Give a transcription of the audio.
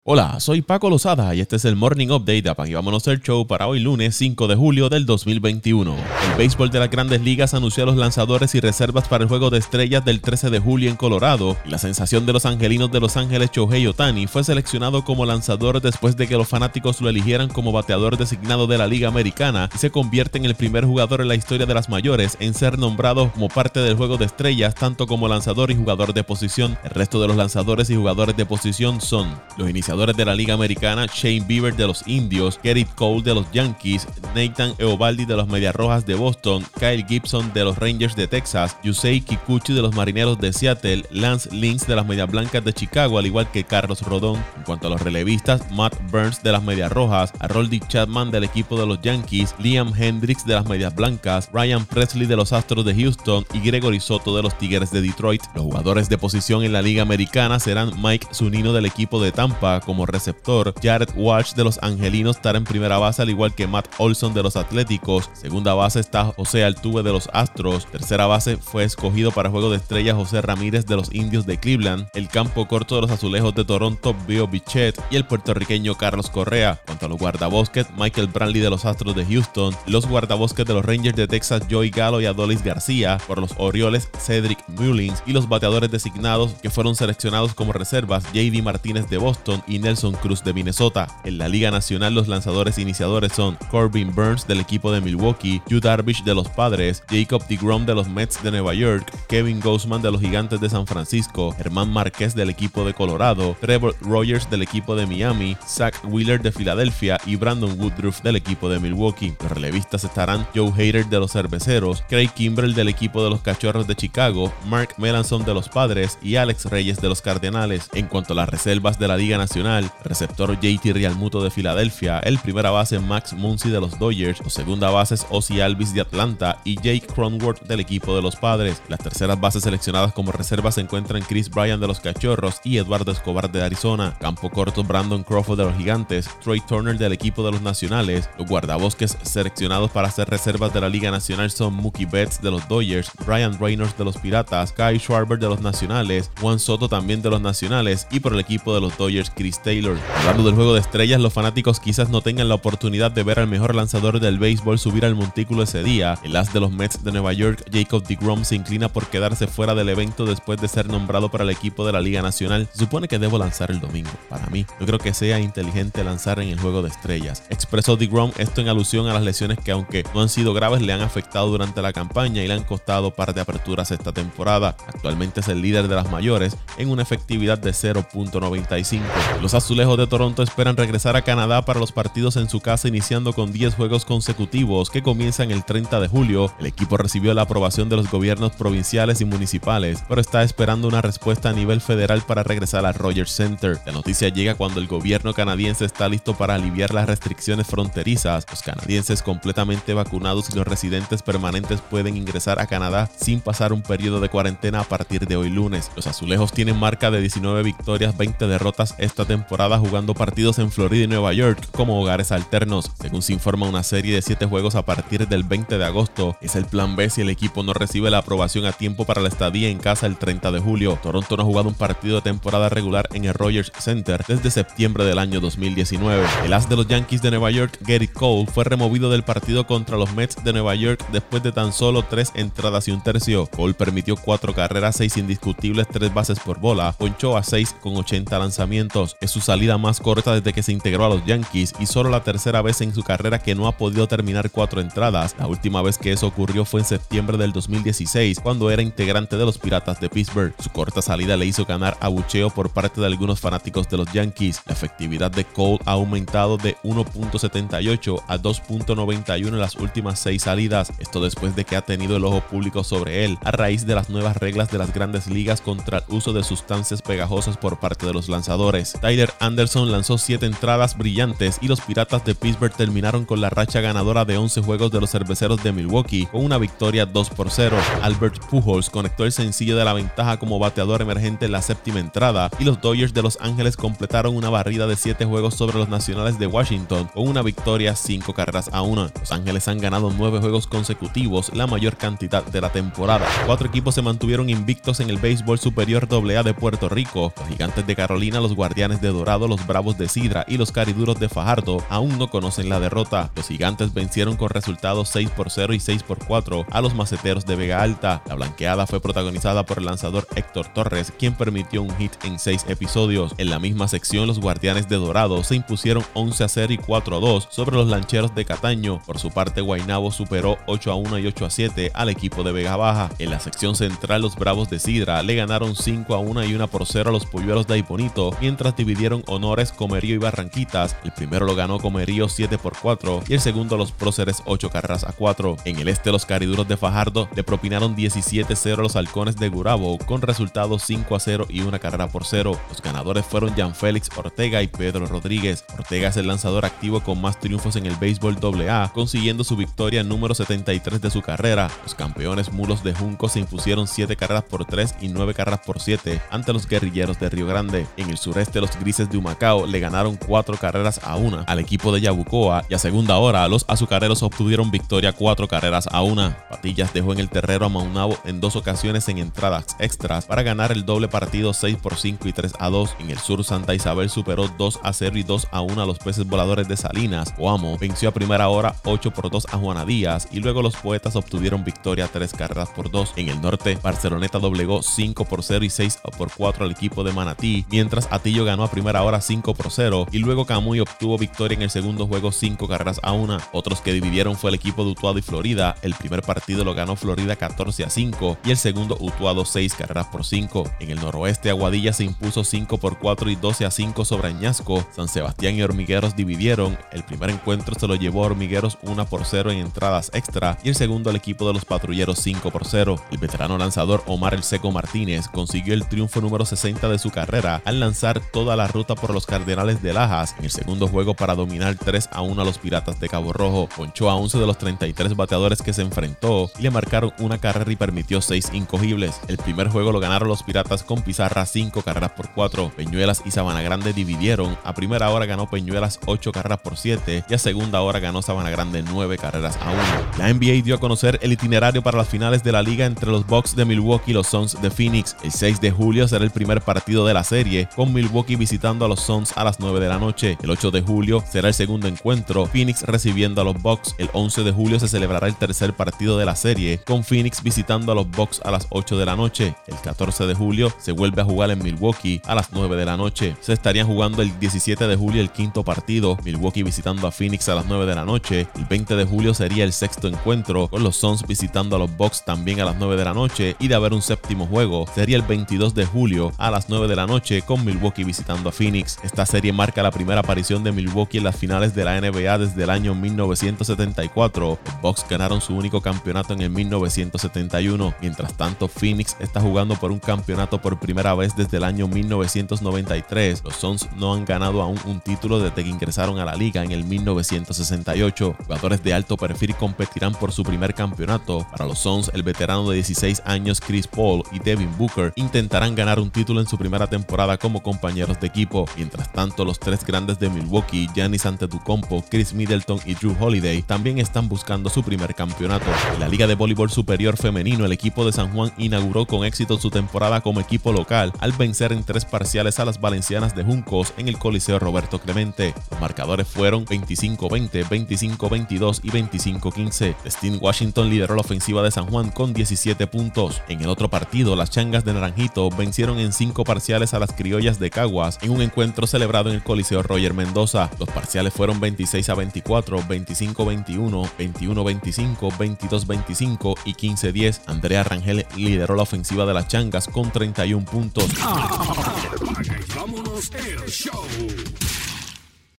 Hola, soy Paco Lozada y este es el Morning Update de Apague y Vámonos el Show para hoy lunes 5 de julio del 2021. El béisbol de las Grandes Ligas anunció a los lanzadores y reservas para el Juego de Estrellas del 13 de julio en Colorado y la sensación de los angelinos de Los Ángeles, Shohei Ohtani, fue seleccionado como lanzador después de que los fanáticos lo eligieran como bateador designado de la Liga Americana y se convierte en el primer jugador en la historia de las mayores en ser nombrado como parte del Juego de Estrellas tanto como lanzador y jugador de posición. El resto de los lanzadores y jugadores de posición son los iniciadores de la Liga Americana: Shane Bieber de los Indios, Gerrit Cole de los Yankees, Nathan Eovaldi de los Medias Rojas de Boston, Kyle Gibson de los Rangers de Texas, Yusei Kikuchi de los Marineros de Seattle, Lance Lynn de las Medias Blancas de Chicago, al igual que Carlos Rodón. En cuanto a los relevistas, Matt Burns de las Medias Rojas, Aroldis Chapman del equipo de los Yankees, Liam Hendriks de las Medias Blancas, Ryan Pressly de los Astros de Houston y Gregory Soto de los Tigres de Detroit. Los jugadores de posición en la Liga Americana serán Mike Zunino del equipo de Tampa como receptor, Jared Walsh de los Angelinos estará en primera base, al igual que Matt Olson de los Atléticos. Segunda base está José Altuve de los Astros. Tercera base fue escogido para Juego de Estrellas José Ramírez de los Indios de Cleveland. El campo corto de los Azulejos de Toronto, Bio Bichette, y el puertorriqueño Carlos Correa. Cuanto a los guardabosques, Michael Brantley de los Astros de Houston. Los guardabosques de los Rangers de Texas, Joey Gallo y Adolis García. Por los Orioles, Cedric Mullins. Y los bateadores designados que fueron seleccionados como reservas, JD Martínez de Boston y Nelson Cruz de Minnesota. En la Liga Nacional, los lanzadores iniciadores son Corbin Burns del equipo de Milwaukee, Yu Darvish de los Padres, Jacob deGrom de los Mets de Nueva York, Kevin Gausman de los Gigantes de San Francisco, Germán Márquez del equipo de Colorado, Trevor Rogers del equipo de Miami, Zach Wheeler de Filadelfia y Brandon Woodruff del equipo de Milwaukee. Los relevistas estarán Joe Hader de los Cerveceros, Craig Kimbrell del equipo de los Cachorros de Chicago, Mark Melancon de los Padres y Alex Reyes de los Cardenales. En cuanto a las reservas de la Liga Nacional, receptor JT Realmuto de Filadelfia, el primera base Max Muncy de los Dodgers, los segunda bases Ozzie Albies de Atlanta y Jake Cronenworth del equipo de los Padres. Las terceras bases seleccionadas como reservas se encuentran Chris Bryant de los Cachorros y Eduardo Escobar de Arizona. Campo corto, Brandon Crawford de los Gigantes, Trey Turner del equipo de los Nacionales. Los guardabosques seleccionados para ser reservas de la Liga Nacional son Mookie Betts de los Dodgers, Brian Reynolds de los Piratas, Kyle Schwarber de los Nacionales, Juan Soto también de los Nacionales y por el equipo de los Dodgers, Chris Taylor. Hablando del Juego de Estrellas, los fanáticos quizás no tengan la oportunidad de ver al mejor lanzador del béisbol subir al montículo ese día. El as de los Mets de Nueva York, Jacob deGrom, se inclina por quedarse fuera del evento después de ser nombrado para el equipo de la Liga Nacional. Se supone que debo lanzar el domingo. Para mí, no creo que sea inteligente lanzar en el Juego de Estrellas, expresó deGrom, esto en alusión a las lesiones que, aunque no han sido graves, le han afectado durante la campaña y le han costado par de aperturas esta temporada. Actualmente es el líder de las mayores en una efectividad de 0.95. Los Azulejos de Toronto esperan regresar a Canadá para los partidos en su casa, iniciando con 10 juegos consecutivos que comienzan el 30 de julio. El equipo recibió la aprobación de los gobiernos provinciales y municipales, pero está esperando una respuesta a nivel federal para regresar al Rogers Center. La noticia llega cuando el gobierno canadiense está listo para aliviar las restricciones fronterizas. Los canadienses completamente vacunados y los residentes permanentes pueden ingresar a Canadá sin pasar un periodo de cuarentena a partir de hoy lunes. Los Azulejos tienen marca de 19 victorias, 20 derrotas esta temporada, jugando partidos en Florida y Nueva York como hogares alternos. Según se informa, una serie de 7 juegos a partir del 20 de agosto es el plan B si el equipo no recibe la aprobación a tiempo para la estadía en casa el 30 de julio. Toronto no ha jugado un partido de temporada regular en el Rogers Center desde septiembre del año 2019. El as de los Yankees de Nueva York, Gerrit Cole, fue removido del partido contra los Mets de Nueva York después de tan solo 3 entradas y un tercio. Cole permitió 4 carreras, 6 indiscutibles, 3 bases por bola, ponchó a 6 con 80 lanzamientos. Es su salida más corta desde que se integró a los Yankees y solo la tercera vez en su carrera que no ha podido terminar 4 entradas. La última vez que eso ocurrió fue en septiembre del 2016, cuando era integrante de los Piratas de Pittsburgh. Su corta salida le hizo ganar abucheo por parte de algunos fanáticos de los Yankees. La efectividad de Cole ha aumentado de 1.78 a 2.91 en las últimas 6 salidas, esto después de que ha tenido el ojo público sobre él a raíz de las nuevas reglas de las Grandes Ligas contra el uso de sustancias pegajosas por parte de los lanzadores. Tyler Anderson lanzó 7 entradas brillantes y los Piratas de Pittsburgh terminaron con la racha ganadora de 11 juegos de los Cerveceros de Milwaukee con una victoria 2-0. Albert Pujols conectó el sencillo de la ventaja como bateador emergente en la séptima entrada y los Dodgers de Los Ángeles completaron una barrida de 7 juegos sobre los Nacionales de Washington con una victoria 5-1. Los Ángeles han ganado 9 juegos consecutivos, la mayor cantidad de la temporada. 4 equipos se mantuvieron invictos en el béisbol superior AA de Puerto Rico: los Gigantes de Carolina, los Guardianes Guardianes de Dorado, los Bravos de Sidra y los Cariduros de Fajardo aún no conocen la derrota. Los Gigantes vencieron con resultados 6-0 y 6-4 a los Maceteros de Vega Alta. La blanqueada fue protagonizada por el lanzador Héctor Torres, quien permitió un hit en 6 episodios. En la misma sección, los Guardianes de Dorado se impusieron 11-0 y 4-2 sobre los Lancheros de Cataño. Por su parte, Guaynabo superó 8-1 y 8-7 al equipo de Vega Baja. En la sección central, los Bravos de Sidra le ganaron 5-1 y 1-0 a los Polluelos de Aiponito, mientras dividieron honores Comerío y Barranquitas. El primero lo ganó Comerío 7-4 y el segundo los Próceres 8-4. En el este, los Cariduros de Fajardo le propinaron 17-0 a los Halcones de Gurabo con resultados 5-0 y 1-0. Los ganadores fueron Jan Félix Ortega y Pedro Rodríguez. Ortega es el lanzador activo con más triunfos en el béisbol AA, consiguiendo su victoria número 73 de su carrera. Los campeones Mulos de Junco se impusieron 7-3 y 9-7 ante los Guerrilleros de Río Grande. En el sureste, los Grises de Humacao le ganaron 4-1 al equipo de Yabucoa, y a segunda hora los Azucareros obtuvieron victoria 4-1. Patillas dejó en el terrero a Maunabo en 2 ocasiones en entradas extras para ganar el doble partido 6-5 y 3-2. En el sur, Santa Isabel superó 2-0 y 2-1 a los Peces Voladores de Salinas. Coamo venció a primera hora 8-2 a Juana Díaz, y luego los Poetas obtuvieron victoria 3-2. En el norte, Barceloneta doblegó 5-0 y 6-4 al equipo de Manatí, mientras Atillo ganó a primera hora 5-0 y luego Camuy obtuvo victoria en el segundo juego 5-1. Otros que dividieron fue el equipo de Utuado y Florida. El primer partido lo ganó Florida 14-5 y el segundo Utuado 6-5. En el noroeste, Aguadilla se impuso 5-4 y 12-5 sobre Añasco. San Sebastián y Hormigueros dividieron. El primer encuentro se lo llevó a Hormigueros 1-0 en entradas extra y el segundo al equipo de los Patrulleros 5-0. El veterano lanzador Omar El Seco Martínez consiguió el triunfo número 60 de su carrera al lanzar toda la ruta por los Cardenales de Lajas en el segundo juego para dominar 3-1 a los Piratas de Cabo Rojo. Ponchó a 11 de los 33 bateadores que se enfrentó y le marcaron una carrera y permitió 6 incogibles. El primer juego lo ganaron los Piratas con pizarra 5-4. Peñuelas y Sabana Grande dividieron. A primera hora ganó Peñuelas 8-7 y a segunda hora ganó Sabana Grande 9-1. La NBA dio a conocer el itinerario para las finales de la liga entre los Bucks de Milwaukee y los Suns de Phoenix. El 6 de julio será el primer partido de la serie, con Milwaukee visitando a los Suns a las 9 de la noche. El 8 de julio será el segundo encuentro, Phoenix recibiendo a los Bucks. El 11 de julio se celebrará el tercer partido de la serie, con Phoenix visitando a los Bucks a las 8 de la noche. El 14 de julio se vuelve a jugar en Milwaukee a las 9 de la noche. Se estarían jugando el 17 de julio el quinto partido, Milwaukee visitando a Phoenix a las 9 de la noche. El 20 de julio sería el sexto encuentro, con los Suns visitando a los Bucks también a las 9 de la noche, y de haber un séptimo juego sería el 22 de julio a las 9 de la noche con Milwaukee visitando a Phoenix. Esta serie marca la primera aparición de Milwaukee en las finales de la NBA desde el año 1974. Los Bucks ganaron su único campeonato en el 1971. Mientras tanto, Phoenix está jugando por un campeonato por primera vez desde el año 1993. Los Suns no han ganado aún un título desde que ingresaron a la liga en el 1968. Jugadores de alto perfil competirán por su primer campeonato. Para los Suns, el veterano de 16 años Chris Paul y Devin Booker intentarán ganar un título en su primera temporada como compañeros de equipo. Mientras tanto, los tres grandes de Milwaukee, Giannis Antetokounmpo, Chris Middleton y Jrue Holiday, también están buscando su primer campeonato. En la Liga de Voleibol Superior Femenino, el equipo de San Juan inauguró con éxito su temporada como equipo local al vencer en 3 parciales a las Valencianas de Juncos en el Coliseo Roberto Clemente. Los marcadores fueron 25-20, 25-22 y 25-15. Steve Washington lideró la ofensiva de San Juan con 17 puntos. En el otro partido, las Changas de Naranjito vencieron en 5 parciales a las Criollas de Caguas en un encuentro celebrado en el Coliseo Roger Mendoza. Los parciales fueron 26-24, 25-21, 21-25, 22-25 y 15-10. Andrea Rangel lideró la ofensiva de las Changas con 31 puntos. Vámonos el show.